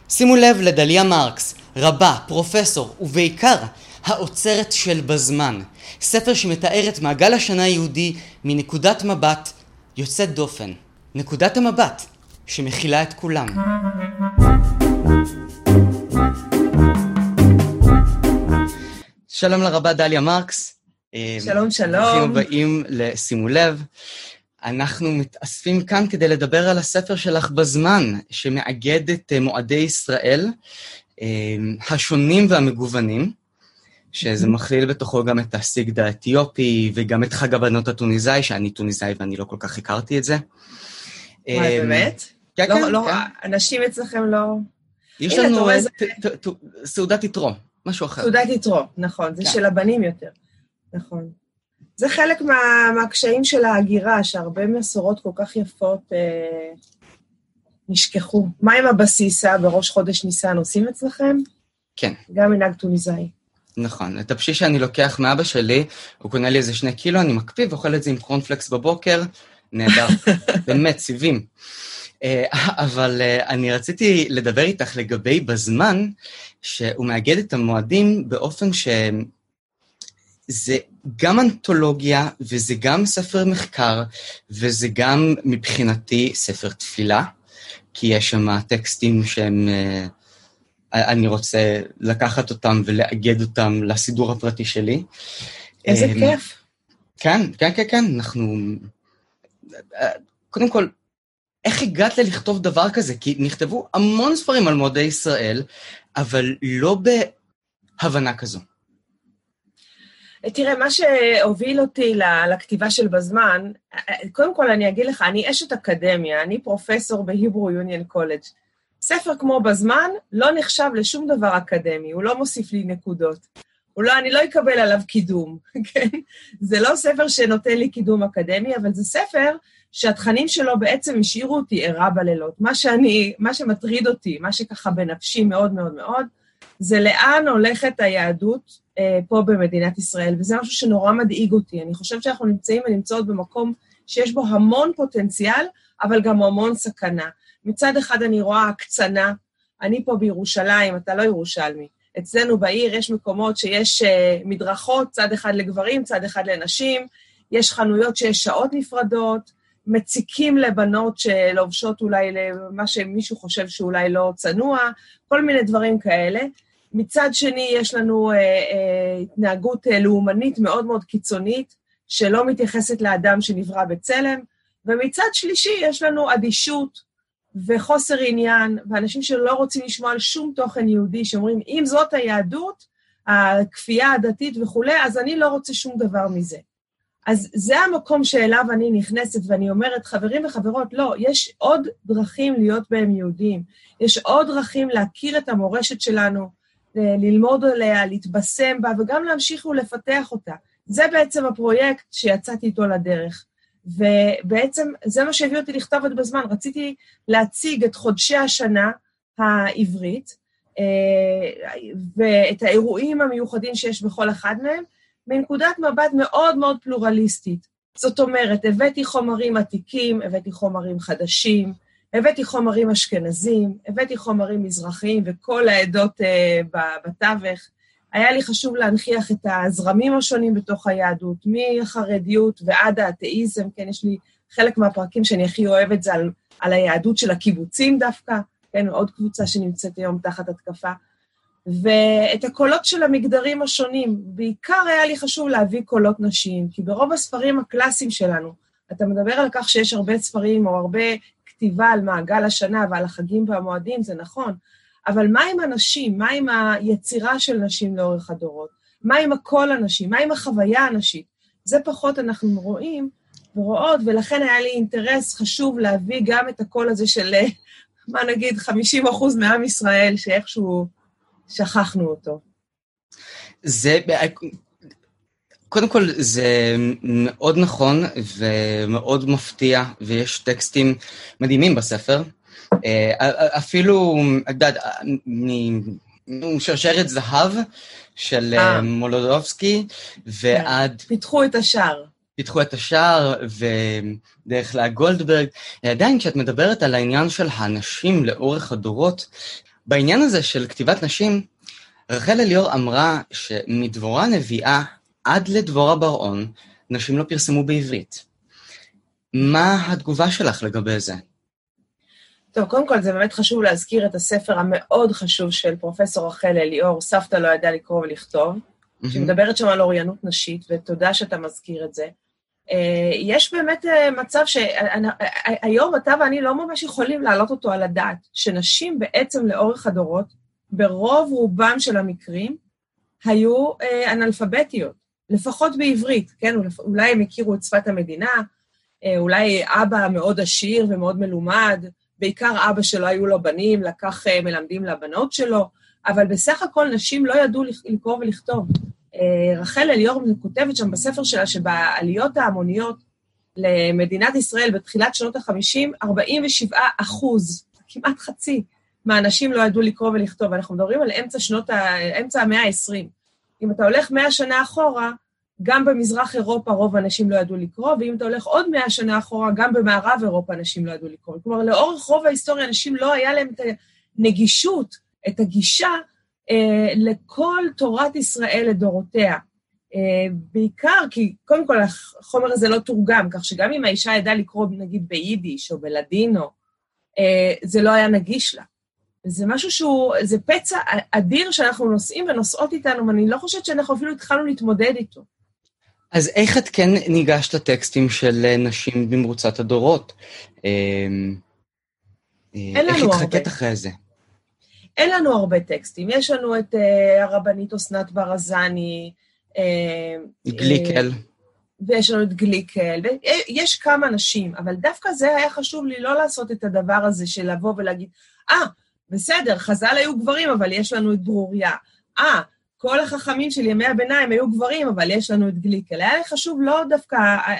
שימו לב לדליה מרקס, רבה, פרופסור ובעיקר האוצרת של בזמן. ספר שמתאר את מעגל השנה היהודי מנקודת מבט יוצאת דופן. נקודת המבט שמכילה את כולם. שלום לרבה דליה מרקס. שלום, שלום. ברוכים הבאים לשימו לב. אנחנו מתאספים כאן כדי לדבר על הספר שלך בזמן, שמאגד את מועדי ישראל השונים והמגוונים, שזה מכליל בתוכו גם את הסיגד האתיופי, וגם את חג הבנות הטוניסאי, שאני טוניסאי ואני לא כל כך הכרתי את זה. וואי, באמת? כן, כן. אנשים אצלכם לא... יש לנו סעודת יתרו, משהו אחר. סעודת יתרו, נכון, זה של הבנים יותר. נכון. זה חלק מהקשיים של ההגירה, שהרבה מסורות כל כך יפות נשכחו. מה עם הבסיסה בראש חודש ניסן עושים אצלכם? כן. גם מנהג טוניסאי. נכון. את הפשיש שאני לוקח מאבא שלי, הוא קונה לי איזה 2 קילו, אני מקפיא ואוכל את זה עם קורנפלקס בבוקר, נהדר. באמת, סיבים. אבל אני רציתי לדבר איתך לגבי בזמן, שהוא מאגד את המועדים באופן זה גם אנתולוגיה, וזה גם ספר מחקר, וזה גם מבחינתי ספר תפילה, כי יש שם טקסטים שהם, אני רוצה לקחת אותם ולאגד אותם לסידור הפרטי שלי. איזה כיף. כן, כן, כן, כן, אנחנו... קודם כל, איך הגעת לכתוב דבר כזה? כי נכתבו המון ספרים על מועדי ישראל, אבל לא בהבנה כזו. תראה, מה שהוביל אותי לכתיבה של בזמן, קודם כל אני אגיד לך, אני אשת אקדמיה, אני פרופסור בהיברו יוניון קולג'. ספר כמו בזמן לא נחשב לשום דבר אקדמי, הוא לא מוסיף לי נקודות. אני לא אקבל עליו קידום, כן? זה לא ספר שנותן לי קידום אקדמי, אבל זה ספר שהתכנים שלו בעצם השאירו אותי ערה בלילות. מה שמטריד אותי, מה שככה בנפשי מאוד מאוד מאוד, זה לאן הולכת היהדות פה במדינת ישראל, וזה משהו שנורא מדאיג אותי. אני חושבת שאנחנו נמצאים ונמצאות במקום שיש בו המון פוטנציאל, אבל גם המון סכנה. מצד אחד אני רואה הקצנה, אני פה בירושלים, אתה לא ירושלמי. אצלנו בעיר יש מקומות שיש מדרכות, צד אחד לגברים, צד אחד לנשים, יש חנויות שיש שעות נפרדות, מציקים לבנות שלובשות אולי למה שמישהו חושב שאולי לא צנוע, כל מיני דברים כאלה. מצד שני, יש לנו התנהגות לאומנית מאוד מאוד קיצונית, שלא מתייחסת לאדם שנברא בצלם, ומצד שלישי, יש לנו אדישות וחוסר עניין, ואנשים שלא רוצים לשמוע על שום תוכן יהודי, שאומרים, אם זאת היהדות, הכפייה הדתית וכו', אז אני לא רוצה שום דבר מזה. אז זה המקום שאליו אני נכנסת, ואני אומרת, חברים וחברות, לא, יש עוד דרכים להיות בהם יהודים, יש עוד דרכים להכיר את המורשת שלנו, ללמוד עליה, להתבשם בה, וגם להמשיך ולפתח אותה. זה בעצם הפרויקט שיצאתי איתו לדרך. ובעצם זה מה שהביא אותי לכתוב את בזמן. רציתי להציג את חודשי השנה העברית, ואת האירועים המיוחדים שיש בכל אחד מהם, מנקודת מבט מאוד מאוד פלורליסטית. זאת אומרת, הבאתי חומרים עתיקים, הבאתי חומרים חדשים, הבאתי חומרים אשכנזים, הבאתי חומרים מזרחיים וכל העדות בתווך. היה לי חשוב להנכיח את הזרמים השונים בתוך היהדות, מחרדיות ועד האתאיזם, כן, יש לי חלק מהפרקים שאני הכי אוהבת זה על היהדות של הקיבוצים דווקא, כן, עוד קבוצה שנמצאת היום תחת התקפה, ואת הקולות של המגדרים השונים. בעיקר היה לי חשוב להביא קולות נשים, כי ברוב הספרים הקלאסיים שלנו, אתה מדבר על כך שיש הרבה ספרים או הרבה כתיבה על מעגל השנה ועל החגים והמועדים, זה נכון, אבל מה עם הנשים? מה עם היצירה של נשים לאורך הדורות? מה עם הקול הנשים? מה עם החוויה הנשית? זה פחות אנחנו רואים ורואות, ולכן היה לי אינטרס חשוב להביא גם את הקול הזה של, מה נגיד, 50% מעם ישראל, שאיכשהו שכחנו אותו. קודם כל, זה מאוד נכון ומאוד מפתיע, ויש טקסטים מדהימים בספר. אפילו, משרשרת זהב של מולודובסקי, ועד... פיתחו את השער, ודרך לה גולדברג. עדיין, כשאת מדברת על העניין של האנשים לאורך הדורות, בעניין הזה של כתיבת נשים, רחל אליאור אמרה שמדבורה הנביאה עד לדבורה בר-און, נשים לא פרסמו בעברית. מה התגובה שלך לגבי זה? טוב, קודם כל זה באמת חשוב להזכיר את הספר המאוד חשוב של פרופסור רחל אליאור, סבתא לא ידעה לקרוא ולכתוב, שמדברת שם על אוריינות נשית, ותודה שאתה מזכיר את זה. יש באמת מצב שהיום אתה ואני לא ממש יכולים להעלות אותו על הדעת, שנשים בעצם לאורך הדורות, ברוב רובם של המקרים, היו אנאלפביתיות, לפחות בעברית, כן? אולי הם הכירו את שפת המדינה, אולי אבא מאוד עשיר ומאוד מלומד, בעיקר אבא שלו היו לו בנים, לקח מלמדים לבנות שלו, אבל בסך הכל נשים לא ידעו לקרוא ולכתוב. רחל אליאור כותבת שם בספר שלה, שבעליות ההמוניות למדינת ישראל בתחילת שנות ה-50, 47%, כמעט חצי, מהאנשים לא ידעו לקרוא ולכתוב. אנחנו מדברים על אמצע המאה ה-20. אם אתה הולך 100 שנה אחורה, גם במזרח אירופה רוב האנשים לא ידעו לקרוא, ואם אתה הולך עוד 100 שנה אחורה, גם במערב אירופה אנשים לא ידעו לקרוא. כלומר, לאורך רוב ההיסטוריה אנשים לא היה להם את הנגישות, את הגישה, לכל תורת ישראל לדורותיה. בעיקר כי קודם כל החומר הזה לא תורגם, כך שגם אם האישה ידעה לקרוא נגיד ביידיש או בלדינו, זה לא היה נגיש לה. זה משהו שהוא, זה פצע אדיר שאנחנו נושאים ונושאות איתנו, ואני לא חושבת שאנחנו אפילו התחלנו להתמודד איתו. אז איך את כן ניגשת לטקסטים של נשים במרוצת הדורות? איך התחקת אחרי זה? אין לנו הרבה טקסטים. יש לנו את הרבנית אסנת ברזני, גליקל. ויש לנו את גליקל, ויש כמה נשים, אבל דווקא זה היה חשוב לי לא לעשות את הדבר הזה של לבוא ולהגיד, בסדר, חז"ל היו גברים, אבל יש לנו את ברוריה. כל החכמים של ימי הביניים היו גברים, אבל יש לנו את גליקל. היה לי חשוב לא דווקא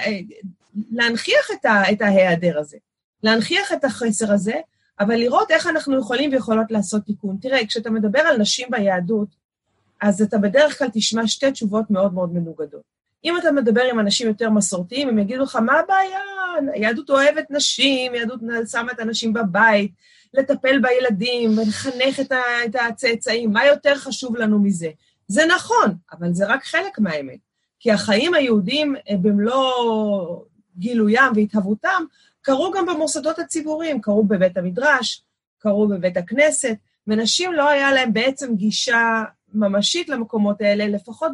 להנכיח את ההיעדר הזה, להנכיח את החסר הזה, אבל לראות איך אנחנו יכולים ויכולות לעשות תיקון. תראה, כשאתה מדבר על נשים ביהדות, אז אתה בדרך כלל תשמע שתי תשובות מאוד מאוד מנוגדות. אם אתה מדבר עם אנשים יותר מסורתיים, הם יגידו לך, מה הבעיה? היהדות אוהבת נשים, היהדות שמה את הנשים בבית, לטפל בילדים, ולחנך את הצאצאים, מה יותר חשוב לנו מזה? זה נכון, אבל זה רק חלק מהאמת. כי החיים היהודים במלוא גילוים והתהוותם, קרו גם במוסדות הציבוריים, קרו בבית המדרש, קרו בבית הכנסת, ונשים לא היה להם בעצם גישה ממשית למקומות האלה, לפחות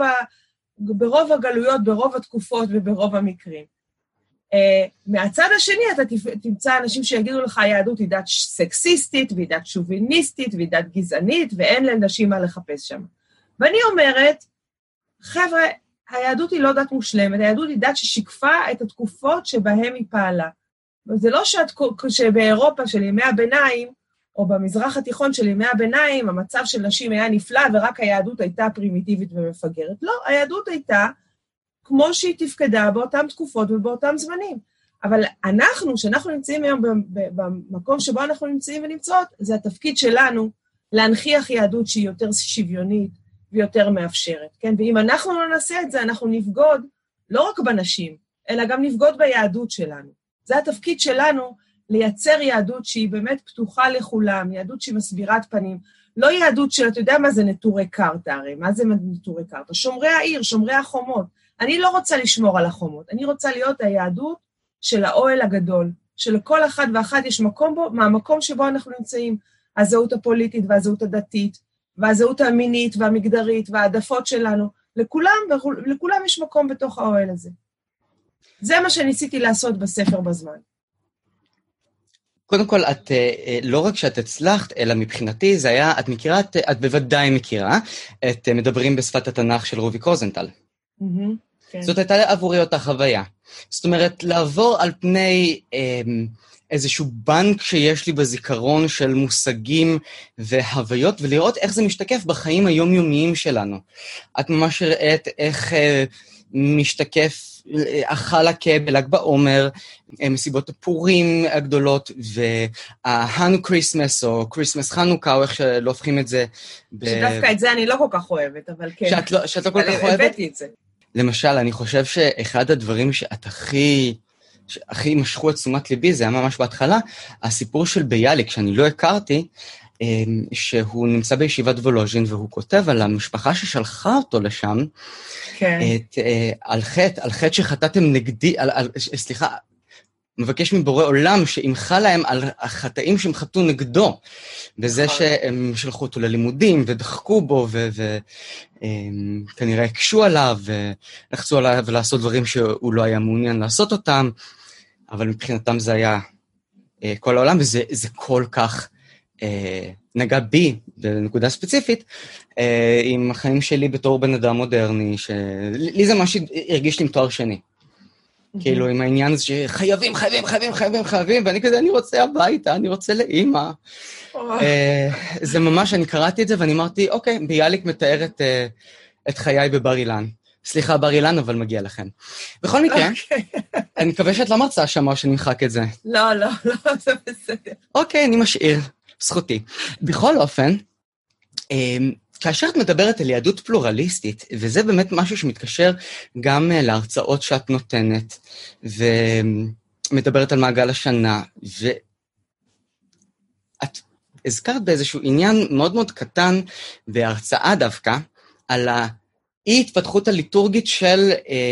ברוב הגלויות, ברוב התקופות וברוב המקרים. מהצד השני אתה תמצא אנשים שיגידו לך, היהדות היא דת סקסיסטית, והיא דת שוביניסטית, והיא דת גזענית, ואין לנשים מה לחפש שם. ואני אומרת, חבר'ה, היהדות היא לא דת מושלמת, היהדות היא דת ששיקפה את התקופות שבהן היא פעלה. זה לא שבאירופה של ימי הביניים, או במזרח התיכון של ימי הביניים, המצב של נשים היה נפלא, ורק היהדות הייתה פרימיטיבית ומפגרת. לא, היהדות הייתה כמו שהיא תפקדה באותן תקופות ובאותם זמנים. אבל אנחנו, שאנחנו נמצאים היום במקום שבו אנחנו נמצאים ונמצאות, זה התפקיד שלנו להנכיח יהדות שהיא יותר שוויונית ויותר מאפשרת, כן? ואם אנחנו לא נעשה את זה, אנחנו נבגוד לא רק בנשים, אלא גם נבגוד ביהדות שלנו. זה התפקיד שלנו לייצר יהדות שהיא באמת פתוחה לכולם, יהדות שהיא מסבירת פנים, לא יהדות של, אתה יודע מה זה נטורי קרתא, הרי מה זה נטורי קרתא? שומרי העיר, שומרי החומות. אני לא רוצה לשמור על החומות, אני רוצה להיות היהדות של האוהל הגדול, שלכל אחד ואחד יש מקום בו, מהמקום שבו אנחנו נמצאים, הזהות הפוליטית והזהות הדתית, והזהות המינית והמגדרית והעדפות שלנו, לכולם יש מקום בתוך האוהל הזה. זה מה שניסיתי לעשות בספר בזמן. קודם כל, את לא רק שאת הצלחת, אלא מבחינתי זה היה, את בוודאי מכירה, את מדברים בשפת התנ"ך של רוביק רוזנטל. כן. זאת הייתה עבורי אותה חוויה. זאת אומרת, לעבור על פני איזשהו בנק שיש לי בזיכרון של מושגים והוויות, ולראות איך זה משתקף בחיים היומיומיים שלנו. את ממש ראית איך משתקף החלקה בל"ג בעומר, מסיבות הפורים הגדולות, וההאנו קריסמס, או קריסמס חנוכה, או איך שלא הופכים את זה. שדווקא את זה אני לא כל כך אוהבת, אבל כן. שאת לא כל כך אוהבת? הבאתי את זה. למשל, אני חושב שאחד הדברים שאת הכי משכו את תשומת ליבי, זה היה ממש בהתחלה, הסיפור של ביאליק, שאני לא הכרתי, שהוא נמצא בישיבת וולוז'ין, והוא כותב על המשפחה ששלחה אותו לשם, כן. על חטא שחטאתם נגדי, סליחה, מבקש מבורא עולם שימחה להם על החטאים שהם חטאו נגדו, בזה שהם שלחו אותו ללימודים ודחקו בו וכנראה הקשו עליו ולחצו עליו ולעשות דברים שהוא לא היה מעוניין לעשות אותם, אבל מבחינתם זה היה כל העולם, וזה כל כך נגע בי בנקודה ספציפית, עם החיים שלי בתור בן אדם מודרני, לי זה מה שהרגיש לי עם תואר שני. כאילו, עם העניין הזה שחייבים, ואני כזה, אני רוצה הביתה, אני רוצה לאמא. זה ממש, אני קראתי את זה, ואני אמרתי, אוקיי, ביאליק מתאר את חיי בבר אילן. סליחה, בר אילן, אבל מגיע לכם. בכל מקרה, אני מקווה שאת לא מרצה שם או שנמחק את זה. לא, זה בסדר. אוקיי, אני משאיר, זכותי. בכל אופן, כאשר את מדברת על יהדות פלורליסטית, וזה באמת משהו שמתקשר גם להרצאות שאת נותנת, ומדברת על מעגל השנה, ואת הזכרת באיזשהו עניין מאוד מאוד קטן, בהרצאה דווקא, על האי-התפתחות הליטורגית של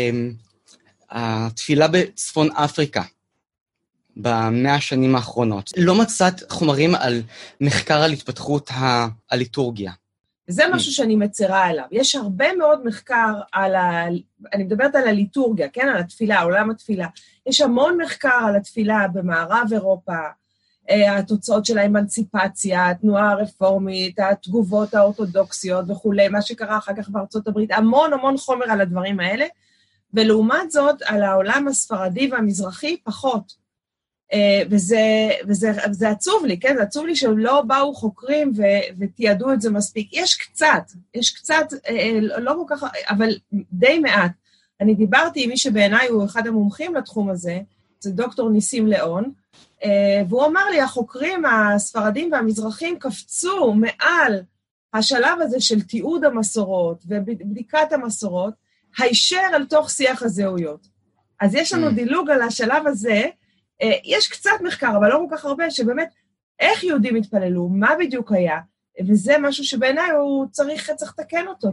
התפילה בצפון אפריקה, ב100 השנים האחרונות. לא מצאת חומרים על מחקר על התפתחות הליטורגיה. זה משהו שאני מצרה עליו. יש הרבה מאוד מחקר אני מדברת על הליטורגיה, כן? על התפילה, עולם התפילה. יש המון מחקר על התפילה במערב אירופה, התוצאות של האמנציפציה, התנועה הרפורמית, התגובות האורתודוקסיות וכו', מה שקרה אחר כך בארצות הברית, המון חומר על הדברים האלה, ולעומת זאת, על העולם הספרדי והמזרחי פחות. וזה עצוב לי, כן? זה עצוב לי שלא באו חוקרים ותיעדו את זה מספיק. יש קצת, לא כל כך, אבל די מעט. אני דיברתי עם מי שבעיניי הוא אחד המומחים לתחום הזה, זה דוקטור ניסים ליאון, והוא אמר לי, החוקרים הספרדים והמזרחים קפצו מעל השלב הזה של תיעוד המסורות ובדיקת המסורות, הישר אל תוך שיח הזהויות. אז יש לנו דילוג על השלב הזה, יש קצת מחקר, אבל לא כל כך הרבה, שבאמת, איך יהודים התפללו, מה בדיוק היה, וזה משהו שבעיניי הוא צריך לתקן אותו,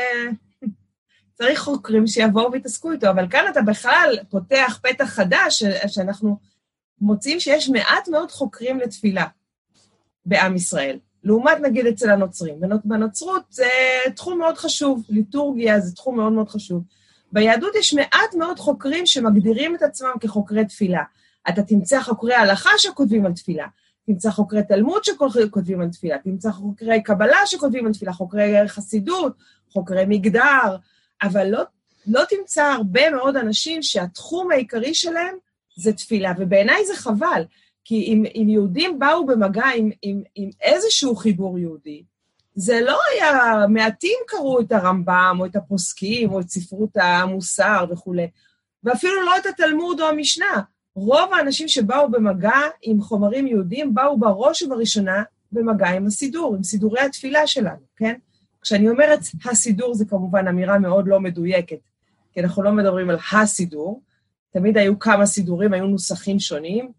צריך חוקרים שיבואו והתעסקו איתו, אבל כאן אתה בכלל פותח פתח חדש, שאנחנו מוצאים שיש מעט מאוד חוקרים לתפילה בעם ישראל, לעומת נגיד אצל הנוצרים. בנוצרות זה תחום מאוד חשוב, ליטורגיה זה תחום מאוד מאוד חשוב. ביהדות יש מעט מאוד חוקרים שמגדירים את עצמם כחוקרי תפילה. אתה תמצא חוקרי הלכה שכותבים על תפילה, תמצא חוקרי תלמוד שכותבים על תפילה, תמצא חוקרי קבלה שכותבים על תפילה, חוקרי חסידות, חוקרי מגדר, אבל לא תמצא הרבה מאוד אנשים שהתחום העיקרי שלהם זה תפילה, ובעיניי זה חבל, כי אם יהודים באו במגע עם איזשהו חיבור יהודי, זה לא היה, מעטים קראו את הרמב"ם, או את הפוסקים, או את ספרות המוסר וכו', ואפילו לא את התלמוד או המשנה. רוב האנשים שבאו במגע עם חומרים יהודים, באו בראש ובראשונה במגע עם הסידור, עם סידורי התפילה שלנו, כן? כשאני אומרת הסידור, זה כמובן אמירה מאוד לא מדויקת, כי אנחנו לא מדברים על הסידור, תמיד היו כמה סידורים, היו נוסחים שונים,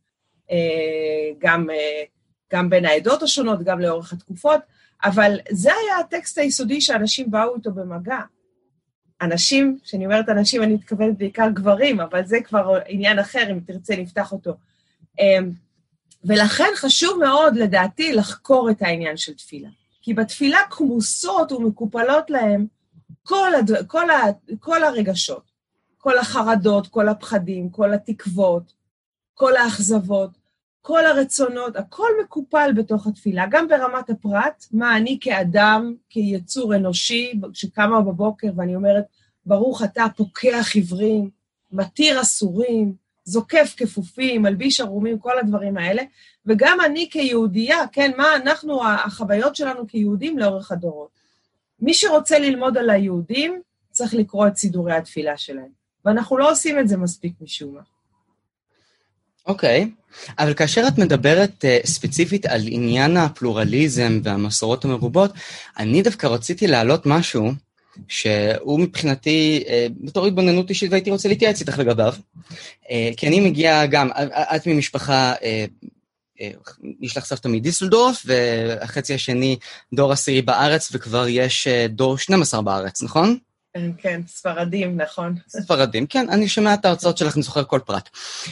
גם בין העדות השונות, גם לאורך התקופות, אבל זה היה הטקסט היסודי שאנשים באו איתו במגע. אנשים, שאני אומרת אנשים, אני מתכוונת בעיקר גברים, אבל זה כבר עניין אחר, אם תרצה נפתח אותו. ולכן חשוב מאוד, לדעתי, לחקור את העניין של תפילה. כי בתפילה כמוסות ומקופלות להם כל הרגשות, כל החרדות, כל הפחדים, כל התקוות, כל האכזבות, כל הרצונות, הכל מקופל בתוך התפילה, גם ברמת הפרט, מה אני כאדם, כיצור אנושי, שקמה בבוקר ואני אומרת, ברוך אתה פוקח עיוורים, מתיר אסורים, זוקף כפופים, מלביש ערומים, כל הדברים האלה, וגם אני כיהודייה, כן, מה אנחנו, החוויות שלנו כיהודים לאורך הדורות. מי שרוצה ללמוד על היהודים, צריך לקרוא את סידורי התפילה שלהם, ואנחנו לא עושים את זה מספיק משום מה. אוקיי, אבל כאשר את מדברת ספציפית על עניין הפלורליזם והמסורות המרובות, אני דווקא רציתי להעלות משהו שהוא מבחינתי, בתור התבוננות אישית, והייתי רוצה להתייעץ איתך לגביו, כי אני מגיע גם, את ממשפחה יש לך סבתא מדיסלדורף, והחצי השני דור 10 בארץ, וכבר יש דור 12 בארץ, נכון? כן, ספרדים, נכון. ספרדים, כן, אני שומע את ההרצאות שלך, אני זוכר כל פרט.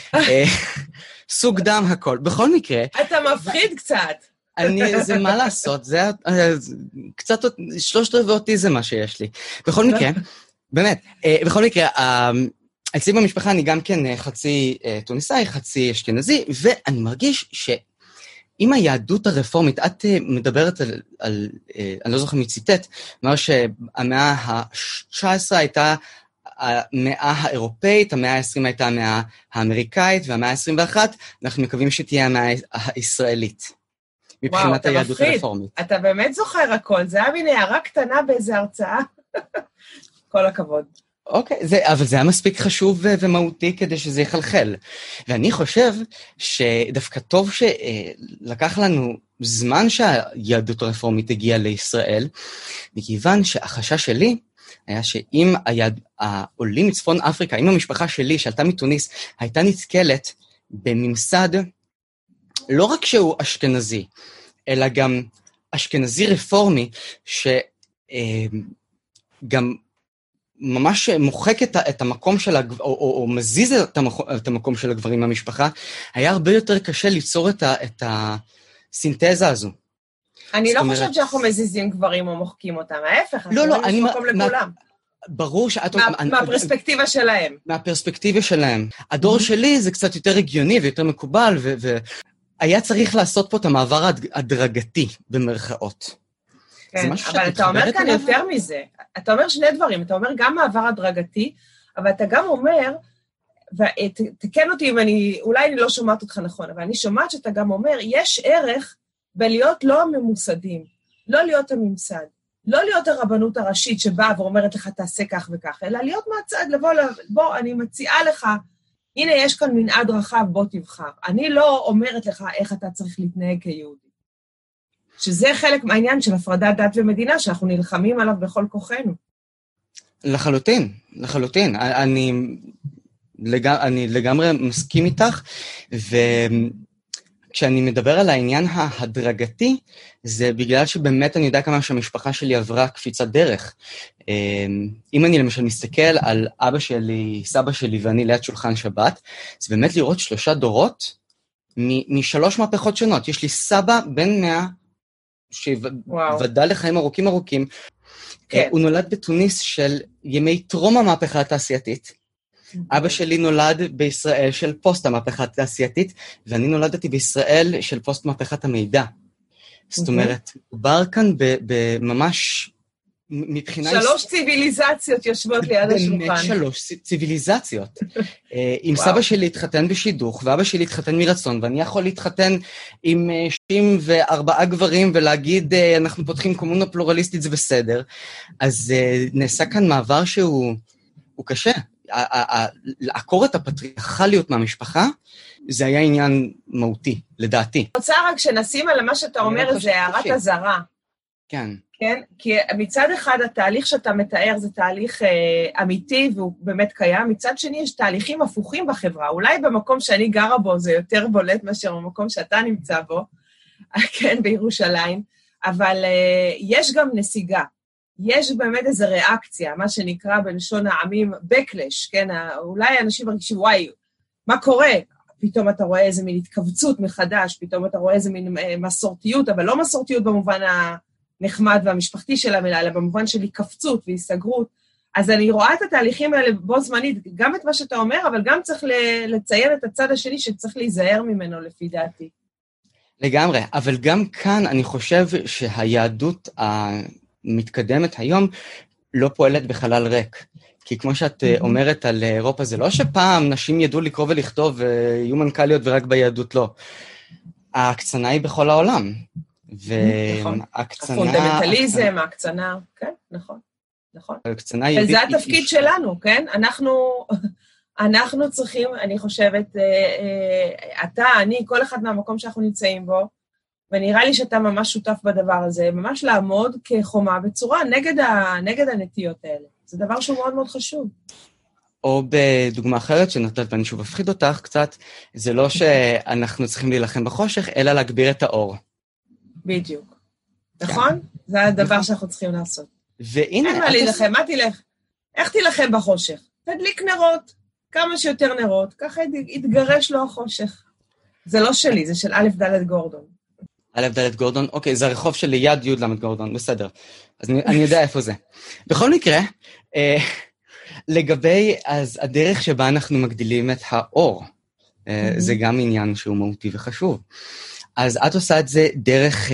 סוג דם, הכל. בכל מקרה... אתה מפחיד קצת. זה מה לעשות, זה קצת, 3/4 אוטיזם מה שיש לי. בכל מקרה, באמת, בכל מקרה, אצלי במשפחה אני גם כן חצי טוניסאי, חצי אשכנזי, ואני מרגיש שאם היהדות הרפורמית, את מדברת על אני לא זוכר מי ציטט, אמר שהמאה ה-19 הייתה המאה האירופאית, המאה ה-20 הייתה המאה האמריקאית, והמאה ה-21, אנחנו מקווים שתהיה המאה הישראלית. מבחינת היהדות הרפורמית. אתה באמת זוכר הכל, זה היה מין הערה קטנה באיזו הרצאה. כל הכבוד. אוקיי, אבל זה היה מספיק חשוב ומהותי כדי שזה יחלחל. ואני חושב שדווקא טוב שלקח לנו זמן שהיהדות הרפורמית הגיעה לישראל, מכיוון שהחשש שלי היה שאם העולים מצפון אפריקה, אם המשפחה שלי שעלתה מתוניס, הייתה נתקלת בממסד, לא רק שהוא אשכנזי, אלא גם אשכנזי רפורמי, שגם ממש מוחק את המקום של או מזיז את המקום של הגברים מהמשפחה, היה הרבה יותר קשה ליצור את הסינתזה הזו. אני לא חושבת שאנחנו מזיזים גברים או מוחקים אותם, ההפך, יש מקום לכולם. ברור שאת... מהפרספקטיבה שלהם. מהפרספקטיבה שלהם. הדור שלי זה קצת יותר הגיוני ויותר מקובל, והיה צריך לעשות פה את המעבר הדרגתי במרכאות. כן, אבל אתה אומר כאן יותר מזה. אתה אומר שני דברים, אתה אומר גם מעבר הדרגתי, אבל אתה גם אומר, ותקן אותי אם אולי אני לא שומעת אותך נכון, אבל אני שומעת שאתה גם אומר, יש ערך בלהיות לא הממוסדים, לא להיות הממסד, לא להיות הרבנות הראשית שבאה ואומרת לך תעשה כך וכך, אלא להיות מהצד, בוא, אני מציעה לך, הנה יש כאן מנעד רחב, בוא תבחר. אני לא אומרת לך איך אתה צריך להתנהג כיהודי. שזה חלק מהעניין של הפרדת דת ומדינה, שאנחנו נלחמים עליו בכל כוחנו. לחלוטין, לחלוטין. אני לגמרי מסכים איתך, וכשאני מדבר על העניין ההדרגתי, זה בגלל שבאמת אני יודע כמה שהמשפחה שלי עברה קפיצת דרך. אם אני למשל מסתכל על אבא שלי, סבא שלי ואני ליד שולחן שבת, זה באמת לראות 3 דורות מ3 מהפכות שונות. יש לי סבא בן 100, שוודא לחיים ארוכים. כן. הוא נולד בתוניס של ימי טרום המהפכה התעשייתית. אבא שלי נולד בישראל של פוסט המהפכה התעשייתית, ואני נולדתי בישראל של פוסט מהפכת המידע. זאת אומרת, מדובר כאן בממש מבחינה... 3 ציוויליזציות יושבות ליד השולחן. באמת 3 ציוויליזציות. אם סבא שלי התחתן בשידוך, ואבא שלי התחתן מרצון, ואני יכול להתחתן עם 64 גברים, ולהגיד, אנחנו פותחים קומונה פלורליסטית, זה בסדר. אז נעשה כאן מעבר שהוא קשה. לעקור את הפטריארכליות מהמשפחה, זה היה עניין מהותי, לדעתי. אני רוצה רק שנשים על מה שאתה אומר, זה הערת הזרה. כן. כן? כי מצד אחד התהליך שאתה מתאר זה תהליך אמיתי והוא באמת קיים, מצד שני יש תהליכים הפוכים בחברה, אולי במקום שאני גרה בו זה יותר בולט מאשר במקום שאתה נמצא בו, כן, בירושלים, אבל יש גם נסיגה, יש באמת איזו ריאקציה, מה שנקרא בלשון העמים backlash, כן? אולי אנשים מרגישים, וואי, מה קורה? פתאום אתה רואה איזה מין התכווצות מחדש, פתאום אתה רואה איזה מין מסורתיות, אבל לא מסורתיות במובן הנחמד והמשפחתי של המילה, אלא במובן של התכווצות והיסגרות. אז אני רואה את התהליכים האלה בו זמנית, גם את מה שאתה אומר, אבל גם צריך לציין את הצד השני שצריך להיזהר ממנו לפי דעתי. לגמרי, אבל גם כאן אני חושב שהיהדות המתקדמת היום לא פועלת בחלל ריק. כי כמו שאת אומרת על אירופה, זה לא שפעם נשים ידעו לקרוא ולכתוב ויהיו מנכ"ליות ורק ביהדות לא. ההקצנה היא בכל העולם. נכון. הפונדמנטליזם, ההקצנה, כן, נכון. נכון. וזה התפקיד שלנו, כן? אנחנו צריכים, אני חושבת, אתה, אני, כל אחד מהמקום שאנחנו נמצאים בו, ונראה לי שאתה ממש שותף בדבר הזה, ממש לעמוד כחומה בצורה נגד הנטיות האלה. זה דבר שהוא מאוד מאוד חשוב. או בדוגמה אחרת שנתת, ואני שוב אפחיד אותך קצת, זה לא שאנחנו צריכים להילחם בחושך, אלא להגביר את האור. בדיוק. נכון? זה הדבר שאנחנו צריכים לעשות. והנה... אין מה להילחם, מה תלך? איך תילחם בחושך? תדליק נרות, כמה שיותר נרות, ככה יתגרש לו החושך. זה לא שלי, זה של א' ד' גורדון. א' ד' גורדון, אוקיי, זה הרחוב של ליד י' ל' גורדון, בסדר. אז אני יודע איפה זה. בכל מקרה, לגבי אז הדרך שבה אנחנו מגדילים את האור, זה גם עניין שהוא מהותי וחשוב. אז את עושה את זה דרך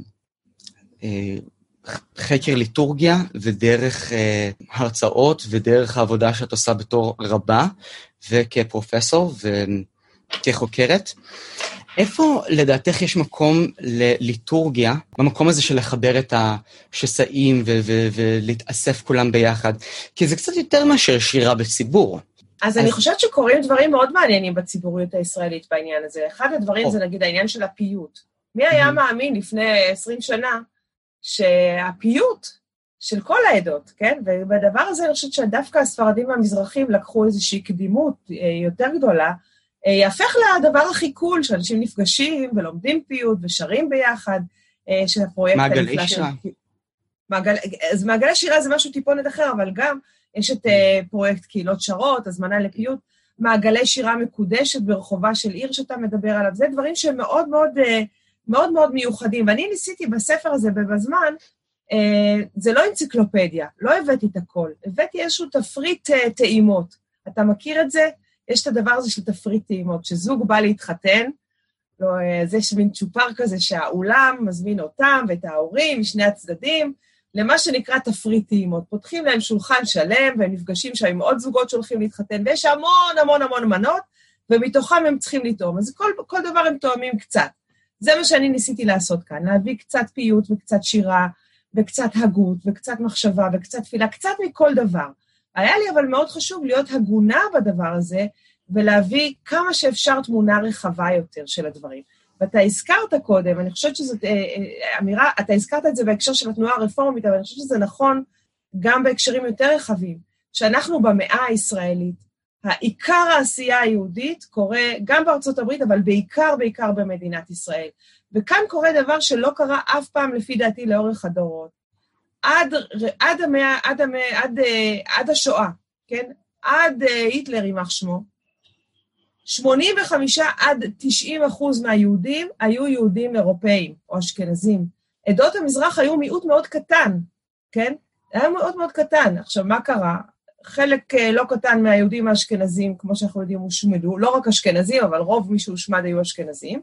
חקר ליטורגיה, ודרך הרצאות, ודרך העבודה שאת עושה בתור רבה, וכפרופסור וכחוקרת. איפה לדעתך יש מקום לליטורגיה, במקום הזה של לחבר את השסעים ולהתאסף כולם ביחד? כי זה קצת יותר מאשר שירה בציבור. אז אני חושבת שקורים דברים מאוד מעניינים בציבוריות הישראלית בעניין הזה. אחד הדברים זה נגיד העניין של הפיוט. מי היה מאמין לפני 20 שנה שהפיוט של כל העדות, כן? ובדבר הזה אני חושבת שדווקא הספרדים והמזרחים לקחו איזושהי קדימות יותר גדולה, יהפך לדבר הכי קול, שאנשים נפגשים ולומדים פיוט ושרים ביחד, של הפרויקט מעגלי שירה. אז מעגלי שירה זה משהו טיפונת אחר, אבל גם יש את פרויקט קהילות שרות, הזמנה לפיוט, מעגלי שירה מקודשת ברחובה של עיר שאתה מדבר עליו, זה דברים שהם מאוד מאוד, מאוד מאוד מיוחדים, ואני ניסיתי בספר הזה בזמן, זה לא אנציקלופדיה, לא הבאתי את הכל, הבאתי איזשהו תפריט טעימות, אתה מכיר את זה? יש את הדבר הזה של תפריט טעימות, שזוג בא להתחתן, זה מין צ'ופר כזה שהאולם מזמין אותם ואת ההורים משני הצדדים, למה שנקרא תפריט טעימות. פותחים להם שולחן שלם, והם נפגשים שם עם עוד זוגות שהולכים להתחתן, ויש המון המון המון מנות, ומתוכם הם צריכים לטעום. אז כל דבר הם תואמים קצת. זה מה שאני ניסיתי לעשות כאן, להביא קצת פיוט וקצת שירה, וקצת הגות, וקצת מחשבה, וקצת תפילה, קצת מכל דבר. היה לי אבל מאוד חשוב להיות הגונה בדבר הזה, ולהביא כמה שאפשר תמונה רחבה יותר של הדברים. ואתה הזכרת קודם, אני חושבת שזאת אמירה, אתה הזכרת את זה בהקשר של התנועה הרפורמית, אבל אני חושבת שזה נכון גם בהקשרים יותר רחבים, שאנחנו במאה הישראלית, העיקר העשייה היהודית קורה גם בארצות הברית, אבל בעיקר במדינת ישראל. וכאן קורה דבר שלא קרה אף פעם לפי דעתי לאורך הדורות. עד השואה, כן? עד היטלר יימח שמו, 85% עד 90% מהיהודים היו יהודים אירופאים או אשכנזים. עדות המזרח היו מיעוט מאוד קטן, כן? היה מאוד מאוד קטן. עכשיו, מה קרה? חלק לא קטן מהיהודים האשכנזים, כמו שאנחנו יודעים, הושמדו, לא רק אשכנזים, אבל רוב מי שהושמד היו אשכנזים.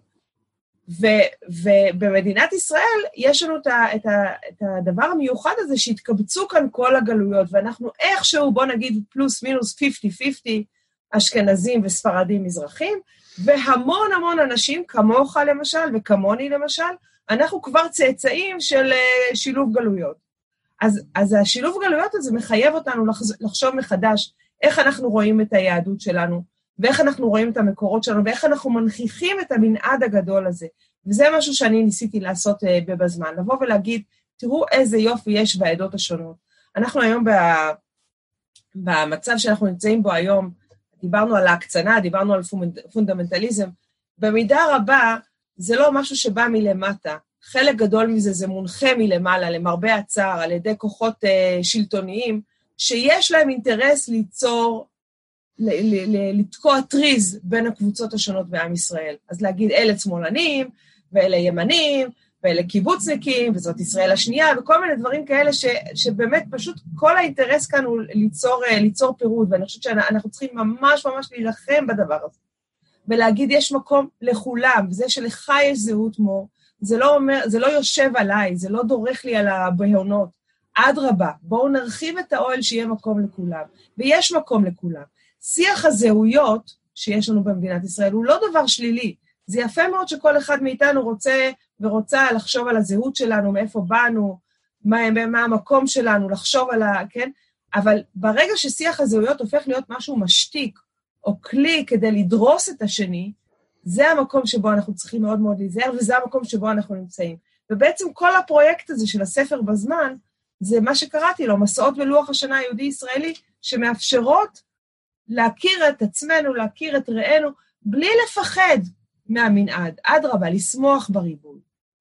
ובמדינת ישראל יש לנו את הדבר המיוחד הזה שהתקבצו כאן כל הגלויות, ואנחנו איכשהו, בוא נגיד, פלוס מינוס 50-50, אשכנזים וספרדים מזרחים, והמון המון אנשים, כמוך למשל, וכמוני למשל, אנחנו כבר צאצאים של שילוב גלויות. אז השילוב גלויות הזה מחייב אותנו לחשוב מחדש איך אנחנו רואים את היהדות שלנו, ואיך אנחנו רואים את המקורות שלנו, ואיך אנחנו מנכיחים את המנעד הגדול הזה. וזה משהו שאני ניסיתי לעשות בזמן, לבוא ולהגיד, תראו איזה יופי יש בעדות השונות. אנחנו היום במצב שאנחנו נמצאים בו היום, דיברנו על ההקצנה, דיברנו על פונדמנטליזם, במידה רבה זה לא משהו שבא מלמטה, חלק גדול מזה זה מונחה מלמעלה, למרבה הצער, על ידי כוחות שלטוניים, שיש להם אינטרס לתקוע טריז בין הקבוצות השונות בעם ישראל. אז להגיד, אלה שמאלנים, ואלה ימנים, ואלה קיבוצניקים, וזאת ישראל השנייה, וכל מיני דברים כאלה שבאמת פשוט כל האינטרס כאן הוא ליצור פירוד, ואני חושבת שאנחנו צריכים ממש ממש להילחם בדבר הזה, ולהגיד יש מקום לכולם, וזה שלך יש זהות מור, זה לא יושב עליי, זה לא דורך לי על הבהונות, אדרבה, בואו נרחיב את האוהל שיהיה מקום לכולם, ויש מקום לכולם. שיח הזהויות שיש לנו במדינת ישראל הוא לא דבר שלילי, זה יפה מאוד שכל אחד מאיתנו רוצה לחשוב על הזהות שלנו, מאיפה באנו, מה המקום שלנו, לחשוב על כן? אבל ברגע ששיח הזהויות הופך להיות משהו משתיק, או כלי כדי לדרוס את השני, זה המקום שבו אנחנו צריכים מאוד מאוד להיזהר, וזה המקום שבו אנחנו נמצאים. ובעצם כל הפרויקט הזה של הספר בזמן, זה מה שקראתי לו, מסעות בלוח השנה היהודי-ישראלי, שמאפשרות להכיר את עצמנו, להכיר את רענו, בלי לפחד מהמנעד, אדרבה, לשמוח בריבוי.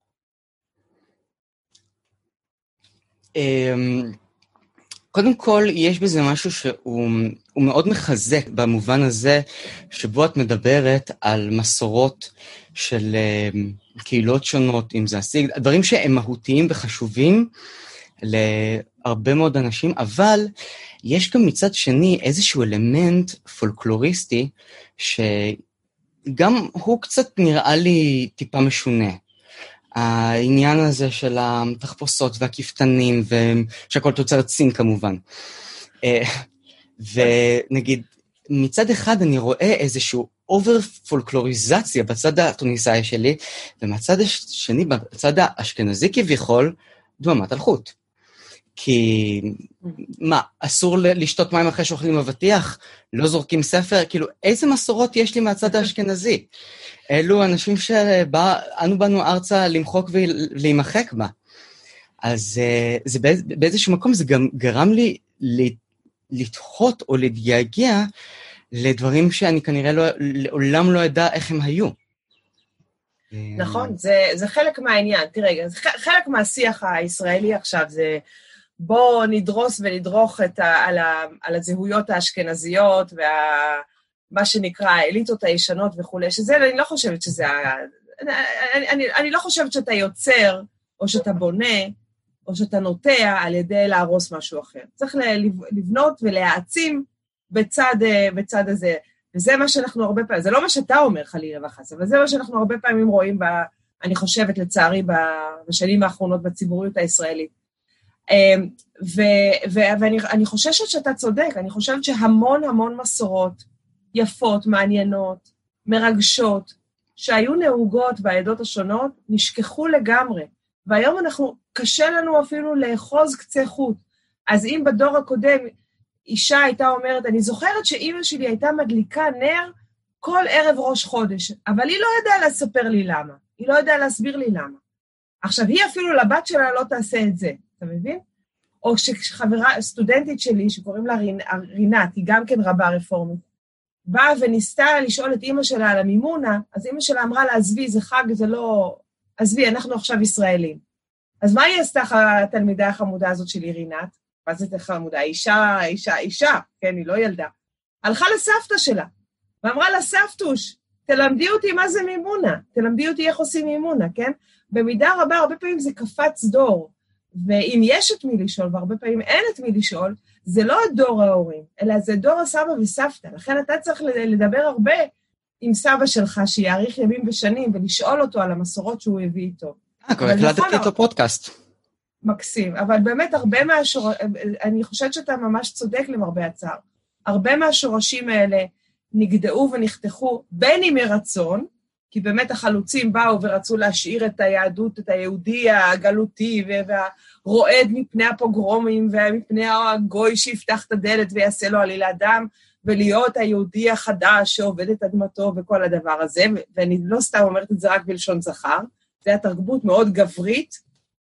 קודם כל, יש בזה משהו שהוא מאוד מחזק במובן הזה, שבו את מדברת על מסורות של קהילות שונות, אם זה הסיג, דברים שהם מהותיים וחשובים להרבה מאוד אנשים, אבל יש גם מצד שני איזשהו אלמנט פולקלוריסטי, שגם הוא קצת נראה לי טיפה משונה. העניין הזה של התחפושות והכפתנים, ושהכל תוצרת סין כמובן. ונגיד, מצד אחד אני רואה איזשהו אובר פולקלוריזציה בצד התוניסאי שלי, ומצד השני, בצד האשכנזי כביכול, דממת אלחוט. כי, מה, אסור לשתות מים אחרי שאוכלים אבטיח? לא זורקים ספר? כאילו, איזה מסורות יש לי מהצד האשכנזי? אלו אנשים שאנו באנו ארצה למחוק ולהימחק בה. אז זה באיזשהו מקום זה גם גרם לי לתהות או להתגעגע לדברים שאני כנראה לעולם לא ידע איך הם היו. נכון, זה חלק מהעניין. תראה, חלק מהשיח הישראלי עכשיו זה בוא נדרוס ונדרוך על הזהויות האשכנזיות מה שנקרא האליטות הישנות וכו', שזה אני לא חושבת שזה אני לא חושבת שאתה יוצר, או שאתה בונה, או שאתה נוטע על ידי להרוס משהו אחר. צריך לבנות ולהעצים בצד הזה. וזה מה שאנחנו הרבה פעמים, זה לא מה שאתה אומר חלילה וחס, אבל זה מה שאנחנו הרבה פעמים רואים, אני חושבת לצערי, בשנים האחרונות בציבוריות הישראלית. ואני חוששת שאתה צודק, אני חושבת שהמון המון מסורות, יפות, מעניינות, מרגשות, שהיו נהוגות בעדות השונות, נשכחו לגמרי. והיום קשה לנו אפילו לאחוז קצה חוט. אז אם בדור הקודם אישה הייתה אומרת, אני זוכרת שאמא שלי הייתה מדליקה נר כל ערב ראש חודש, אבל היא לא ידעה לספר לי למה, היא לא ידעה להסביר לי למה. עכשיו, היא אפילו לבת שלה לא תעשה את זה, אתה מבין? או שחברה, סטודנטית שלי, שקוראים לה רינת, היא גם כן רבה רפורמית, באה וניסתה לשאול את אמא שלה על המימונה, אז אמא שלה אמרה לה, עזבי, זה חג, זה לא... עזבי, אנחנו עכשיו ישראלים. אז מה היא עשתה התלמידה החמודה הזאת שלי, רינת? מה זה חמודה? אישה, כן, היא לא ילדה. הלכה לסבתא שלה, ואמרה לה, סבתוש, תלמדי אותי מה זה מימונה, תלמדי אותי איך עושים מימונה, כן? במידה רבה, הרבה פעמים זה קפץ דור, ואם יש את מי לשאול, והרבה פעמים אין את מי לשאול, זה לא את דור ההורים, אלא זה דור הסבא וסבתא. לכן אתה צריך לדבר הרבה עם סבא שלך, שיאריך ימים ושנים, ולשאול אותו על המסורות שהוא הביא איתו. כבר הקלטתי איתו פודקאסט. מקסים, אבל באמת הרבה אני חושבת שאתה ממש צודק למרבה הצער. הרבה מהשורשים האלה נגדעו ונחתכו, בין אם מרצון, כי באמת החלוצים באו ורצו להשאיר את היהדות, את היהודי הגלותי והרועד מפני הפוגרומים ומפני הגוי שיפתח את הדלת ויעשה לו עלילת דם, ולהיות היהודי החדש שעובד את אדמתו וכל הדבר הזה, ואני לא סתם אומרת את זה רק בלשון זכר, זה התרבות מאוד גברית,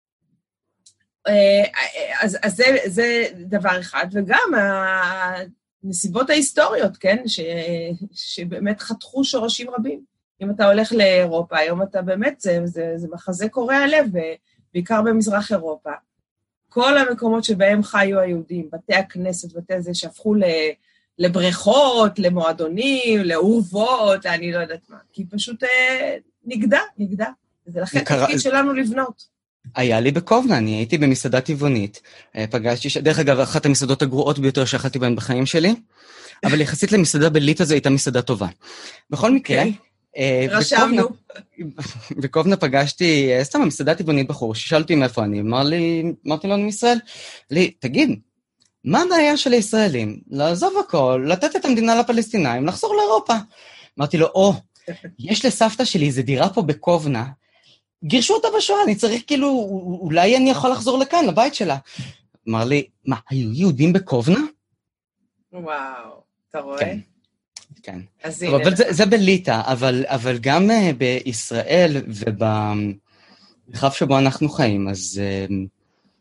אז זה דבר אחד, וגם הנסיבות ההיסטוריות, כן, שבאמת חתכו שורשים רבים. אם אתה הולך לאירופה, היום אתה באמת, זה מחזה קורע לב, בעיקר במזרח אירופה. כל המקומות שבהם חיו היהודים, בתי הכנסת, בתי זה שהפכו לבריכות, למועדונים, לאורבות, אני לא יודעת מה, כי פשוט נגדע. זה לכן תפקיד שלנו לבנות. היה לי בקובנה, אני הייתי במסעדה טבעונית, פגשתי, דרך אגב, אחת המסעדות הגרועות ביותר שאכלתי בהן בחיים שלי, אבל יחסית למסעדה בליטא זו הייתה מסעדה טובה. בכל מקרה, רשמנו. בקובנה פגשתי, סתם המסעדה טבעונית בחור, ששאלתי מאיפה אני, אמרתי לו מישראל, תגיד, מה הבעיה של הישראלים? לעזוב הכל, לתת את המדינה לפלסטינאים, לחזור לאירופה. אמרתי לו, יש לסבתא שלי איזו דירה פה בקובנה, גירשו אותה בשואה, אני צריך כאילו, אולי אני יכול לחזור לכאן, לבית שלה. אמר לי, מה, היו יהודים בקובנה? וואו, אתה רואה? כן. אבל זה בליטא, אבל גם בישראל ובמרחב שבו אנחנו חיים, אז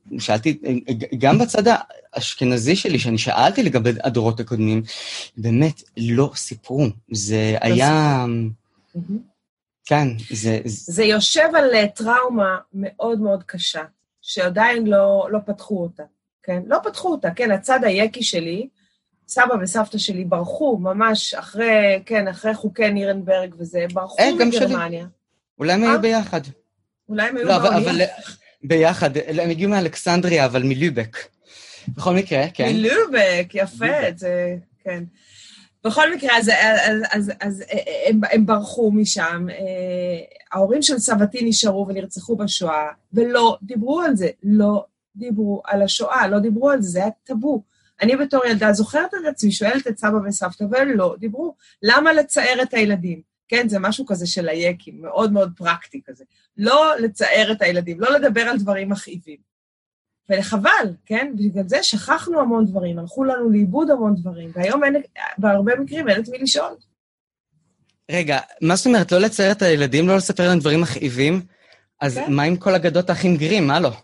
שאלתי, גם בצד האשכנזי שלי, שאני שאלתי לגבי הדורות הקודמים, באמת לא סיפרו. זה היה... כן, זה יושב על טראומה מאוד מאוד קשה, שעדיין לא פתחו אותה, כן? לא פתחו אותה, כן? הצד היקי שלי, סבא וסבתא שלי ברחו ממש אחרי חוקי נירנברג וזה, ברחו מגרמניה. אולי הם היו ביחד. אולי הם היו באונייה. ביחד, הם הגיעו מאלכסנדריה, אבל מלובק. בכל מקרה, כן. מלובק, יפה, זה, כן. בכל מקרה, אז הם ברחו משם, ההורים של סבתי נשארו ונרצחו בשואה, ולא דיברו על זה, לא דיברו על השואה, לא דיברו על זה, זה היה טאבו. אני בתור ילדה זוכרת את עצמי, שואלת את סבא וסבתא, ולא דיברו. למה לצער את הילדים? כן, זה משהו כזה של היקים, מאוד מאוד פרקטי כזה. לא לצער את הילדים, לא לדבר על דברים מכאיבים. ולחבל, כן? בגלל זה שכחנו המון דברים, הלכו לנו לאיבוד המון דברים, והיום בהרבה מקרים אין את מי לשאול. רגע, מה זאת אומרת? לא לצייר את הילדים, לא לספר להם דברים מכאיבים? אז מה עם כל אגדות האחים גרים? מה לא?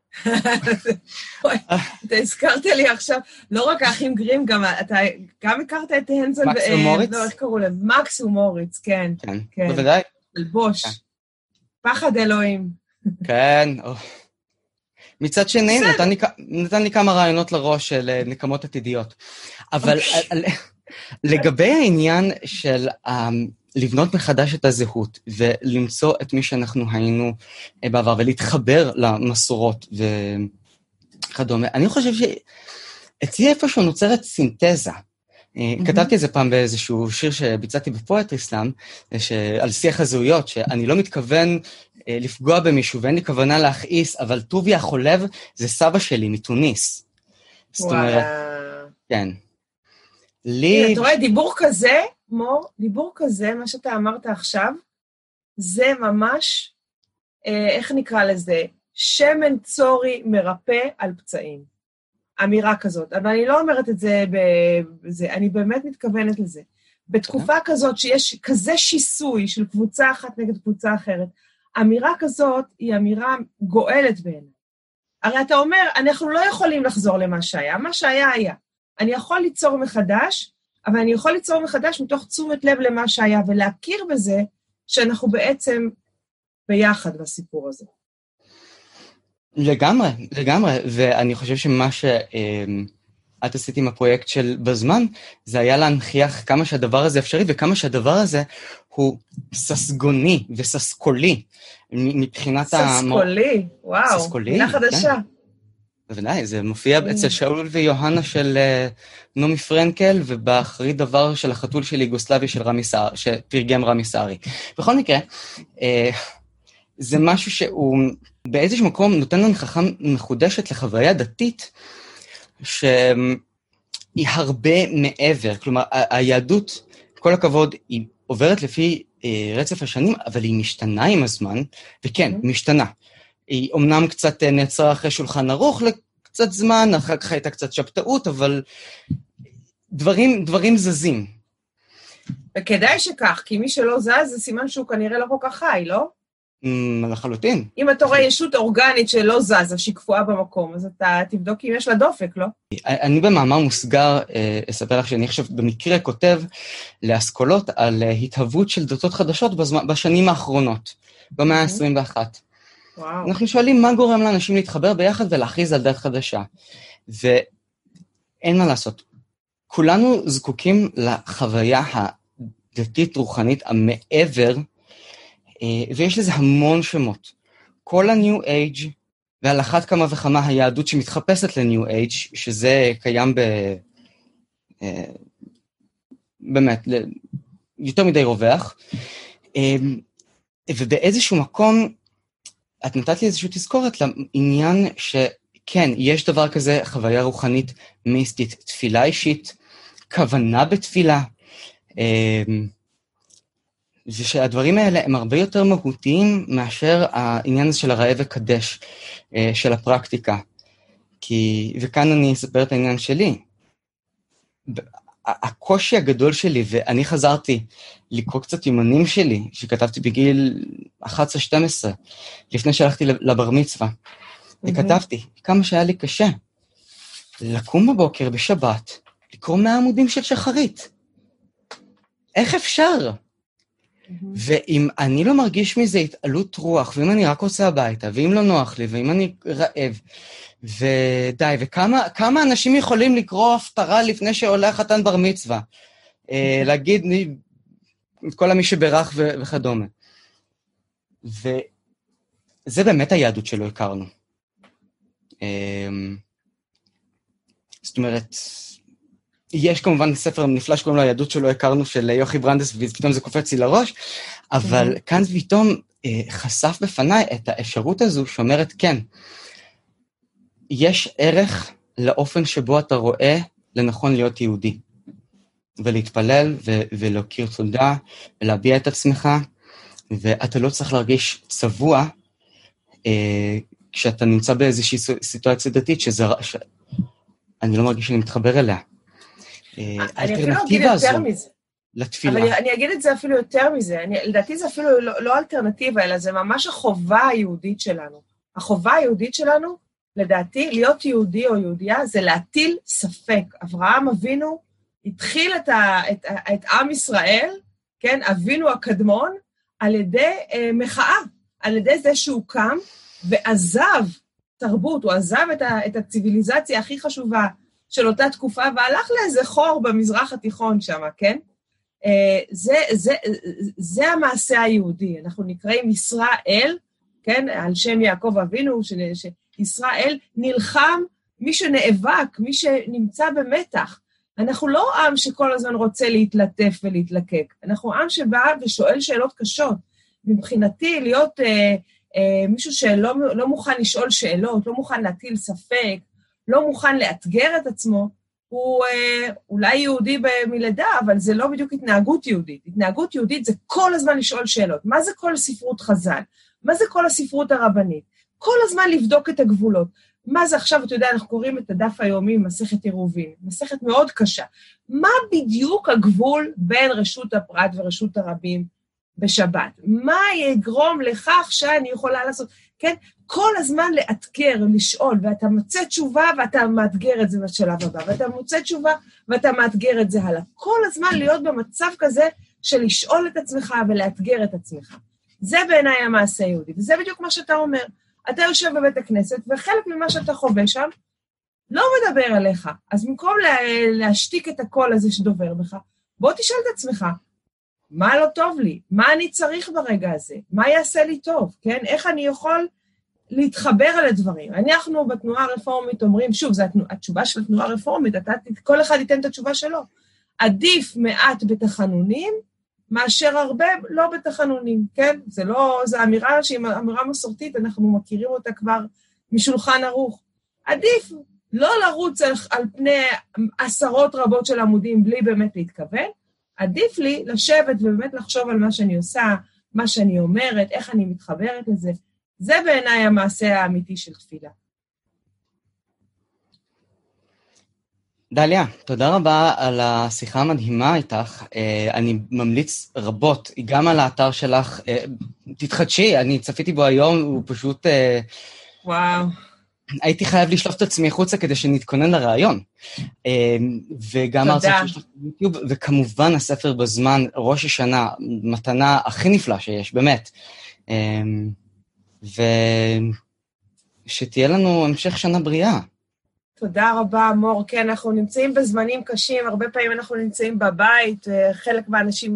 אתה הזכרת לי עכשיו, לא רק האחים גרים, אתה גם הכרת את הנסל מקס ומוריץ? לא, איך קראו להם? מקס ומוריץ, כן. כן, בוודאי. אלבוש. פחד אלוהים. כן, מצד שני, נתן לי כמה רעיונות לראש של נקמות עתידיות. אבל לגבי העניין של לבנות מחדש את הזהות, ולמצוא את מי שאנחנו היינו בעבר, ולהתחבר למסורות וכדומה, אני חושב שאצלי איפשהו נוצרת סינתזה. כתבתי את זה פעם באיזשהו שיר שביצעתי בפואטרי סלאם, על שיח הזהויות, שאני לא מתכוון לפגוע במישהו, ואין לי כוונה להכעיס, אבל טוביה החולב זה סבא שלי מתוניס. זאת אומרת, כן. אתה רואה, דיבור כזה, מור, דיבור כזה, מה שאתה אמרת עכשיו, זה ממש, איך נקרא לזה, שמן צורי מרפא על פצעים. אמירה כזאת. אבל אני לא אומרת את זה, אני באמת מתכוונת לזה. בתקופה כזאת שיש כזה שיסוי של קבוצה אחת נגד קבוצה אחרת, אמירה כזאת היא אמירה גואלת בעיניי. הרי אתה אומר, אנחנו לא יכולים לחזור למה שהיה, מה שהיה היה. אני יכול ליצור מחדש, אבל אני יכול ליצור מחדש מתוך תשומת לב למה שהיה, ולהכיר בזה שאנחנו בעצם ביחד בסיפור הזה. לגמרי, לגמרי, ואני חושב שמה שאת עשית עם הפרויקט של בזמן, זה היה להנכיח כמה שהדבר הזה אפשרי, וכמה שהדבר הזה הוא ססגוני וססקולי, מבחינת ססקולי, וואו, ססקולי, מילה חדשה. בוודאי, זה מופיע אצל שאול ויוהנה של נעמי פרנקל, ובאחרית דבר של החתול של יוגוסלביה של שתרגם רמי סערי. בכל מקרה, זה משהו שהוא באיזשהו מקום נותן לנו הנכחה מחודשת לחוויה דתית, שהיא הרבה מעבר. כלומר, היהדות, כל הכבוד, היא עוברת לפי רצף השנים, אבל היא משתנה עם הזמן, וכן, משתנה. היא אומנם קצת נעצרה אחרי שולחן ערוך לקצת זמן, אחר כך הייתה קצת שבתאות, אבל דברים זזים. וכדאי שכך, כי מי שלא זז, זה סימן שהוא כנראה לא כל כך חי, לא? לחלוטין. אם אתה רואה ישות אורגנית שלא זזה, שהיא קפואה במקום, אז אתה תבדוק אם יש לה דופק, לא? אני במאמר מוסגר אספר לך שאני עכשיו במקרה כותב לאסכולות על התהוות של דתות חדשות בשנים האחרונות, במאה ה-21. אנחנו שואלים מה גורם לאנשים להתחבר ביחד ולהכריז על דת חדשה. ואין מה לעשות. כולנו זקוקים לחוויה הדתית רוחנית המעבר, ויש לזה המון שמות. כל ה-New Age, ועל אחת כמה וכמה היהדות שמתחפשת ל-New Age, שזה קיים באמת, יותר מדי רווח, ובאיזשהו מקום, את נתת לי איזושהי תזכורת לעניין שכן, יש דבר כזה, חוויה רוחנית מיסטית, תפילה אישית, כוונה בתפילה, ושהדברים האלה הם הרבה יותר מהותיים מאשר העניין הזה של הראה וקדש, של הפרקטיקה. וכאן אני אספר את העניין שלי. הקושי הגדול שלי, ואני חזרתי לקרוא קצת יומנים שלי, שכתבתי בגיל 11-12, לפני שהלכתי לבר מצווה, וכתבתי כמה שהיה לי קשה לקום בבוקר בשבת, לקרוא 100 עמודים של שחרית. איך אפשר? ואם אני לא מרגיש מזה התעלות רוח, ואם אני רק רוצה הביתה, ואם לא נוח לי, ואם אני רעב, ודי, וכמה אנשים יכולים לקרוא הפטרה לפני שעולה החתן בר מצווה? להגיד את כל מי שברך וכדומה. וזה באמת היהדות שלא הכרנו. זאת אומרת, יש כמובן ספר נפלא שקוראים לו היהדות שלא הכרנו, של יוכי ברנדס, ופתאום זה קופץ לי לראש, אבל כאן פתאום חשף בפניי את האפשרות הזו שאומרת, כן, יש ערך לאופן שבו אתה רואה לנכון להיות יהודי, ולהתפלל ולהכיר תודה, ולהביע את עצמך, ואתה לא צריך להרגיש צבוע, כשאתה נמצא באיזושהי סיטואציה דתית, אני לא מרגיש שאני מתחבר אליה. אני אפילו אגיד יותר מזה. לתפילה. אבל אני אגיד את זה אפילו יותר מזה. לדעתי זה אפילו לא אלטרנטיבה, אלא זה ממש החובה היהודית שלנו. החובה היהודית שלנו, לדעתי, להיות יהודי או יהודייה, זה להטיל ספק. אברהם אבינו התחיל את עם ישראל, כן, אבינו הקדמון, על ידי מחאה, על ידי זה שהוא קם ועזב תרבות, הוא עזב את הציביליזציה הכי חשובה של אותה תקופה, והלך לאיזה חור במזרח התיכון שם, כן? זה המעשה היהודי. אנחנו נקראים ישראל, כן? על שם יעקב אבינו, שישראל נלחם, מי שנאבק, מי שנמצא במתח. אנחנו לא עם שכל הזמן רוצה להתלטף ולהתלקק. אנחנו עם שבא ושואל שאלות קשות. מבחינתי, להיות מישהו שלא מוכן לשאול שאלות, לא מוכן להטיל ספק, לא מוכן לאתגר את עצמו, הוא אולי יהודי מלידה, אבל זה לא בדיוק התנהגות יהודית. התנהגות יהודית זה כל הזמן לשאול שאלות. מה זה כל ספרות חז"ל? מה זה כל הספרות הרבנית? כל הזמן לבדוק את הגבולות. מה זה עכשיו, אתה יודע, אנחנו קוראים את הדף היומי, מסכת עירובין, מסכת מאוד קשה. מה בדיוק הגבול בין רשות הפרט ורשות הרבים בשבת? מה יגרום לכך שאני יכולה לעשות? כן? כל הזמן לאתגר, לשאול, ואתה מוצא תשובה ואתה מאתגר את זה בשלב הבא, ואתה מוצא תשובה ואתה מאתגר את זה הלאה. כל הזמן להיות במצב כזה של לשאול את עצמך ולאתגר את עצמך. זה בעיניי המעשה היהודי, וזה בדיוק מה שאתה אומר. אתה יושב בבית הכנסת, וחלק ממה שאתה חווה שם לא מדבר עליך. אז במקום להשתיק את הקול הזה שדובר בך, בוא תשאל את עצמך, מה לא טוב לי? מה אני צריך ברגע הזה? מה יעשה לי טוב? כן? איך אני יכול להתחבר על הדברים? אנחנו בתנועה הרפורמית אומרים, שוב, זו התשובה של התנועה הרפורמית, כל אחד ייתן את התשובה שלו. עדיף מעט בתחנונים, מאשר הרבה לא בתחנונים, כן? זו אמירה שהיא אמירה מסורתית, אנחנו מכירים אותה כבר משולחן ערוך. עדיף לא לרוץ על פני עשרות רבות של עמודים בלי באמת להתכוון, עדיף לי לשבת ובאמת לחשוב על מה שאני עושה, מה שאני אומרת, איך אני מתחברת לזה. זה בעיניי המעשה האמיתי של תפילה. דליה, תודה רבה על השיחה המדהימה איתך. אני ממליץ רבות, גם על האתר שלך. תתחדשי, אני צפיתי בו היום, הוא פשוט... וואו. הייתי חייב לשלוף את עצמי חוצה כדי שנתכונן לרעיון. וגם ההרצאות שיש לך ביוטיוב, וכמובן הספר בזמן, ראש השנה, מתנה הכי נפלא שיש, באמת. ושתהיה לנו המשך שנה בריאה. תודה רבה, מור. כן, אנחנו נמצאים בזמנים קשים, הרבה פעמים אנחנו נמצאים בבית, חלק מהאנשים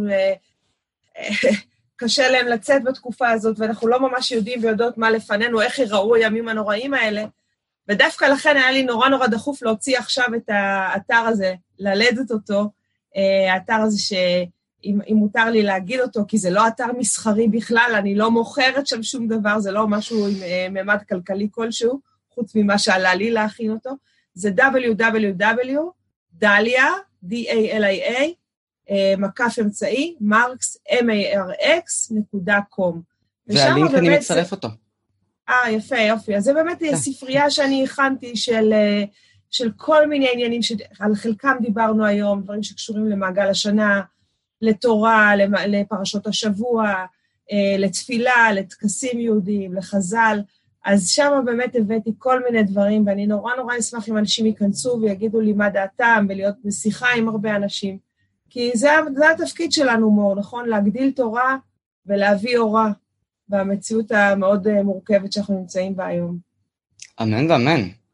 קשה להם לצאת בתקופה הזאת, ואנחנו לא ממש יודעים ויודעות מה לפנינו, איך יראו הימים הנוראים האלה, ודווקא לכן היה לי נורא נורא דחוף להוציא עכשיו את האתר הזה, ללדת אותו, האתר הזה שאם מותר לי להגיד אותו, כי זה לא אתר מסחרי בכלל, אני לא מוכרת שם שום דבר, זה לא משהו עם ממד כלכלי כלשהו, חוץ ממה שעלה לי להכין אותו, זה www.dalia, D-A-L-I-A, מקף אמצעי, marks, marx.com. והלינק אני מצרף אותו. יפה, יופי. אז זה באמת ספרייה שאני הכנתי של כל מיני עניינים, שעל חלקם דיברנו היום, דברים שקשורים למעגל השנה, לתורה, לפרשות השבוע, לתפילה, לטקסים יהודיים, לחז"ל, אז שם באמת הבאתי כל מיני דברים, ואני נורא אשמח אם אנשים ייכנסו ויגידו לי מה דעתם, ולהיות בשיחה עם הרבה אנשים. כי זה התפקיד שלנו, מור, נכון? להגדיל תורה ולהביא אורה במציאות המאוד מורכבת שאנחנו נמצאים בה היום. אמן ואמן.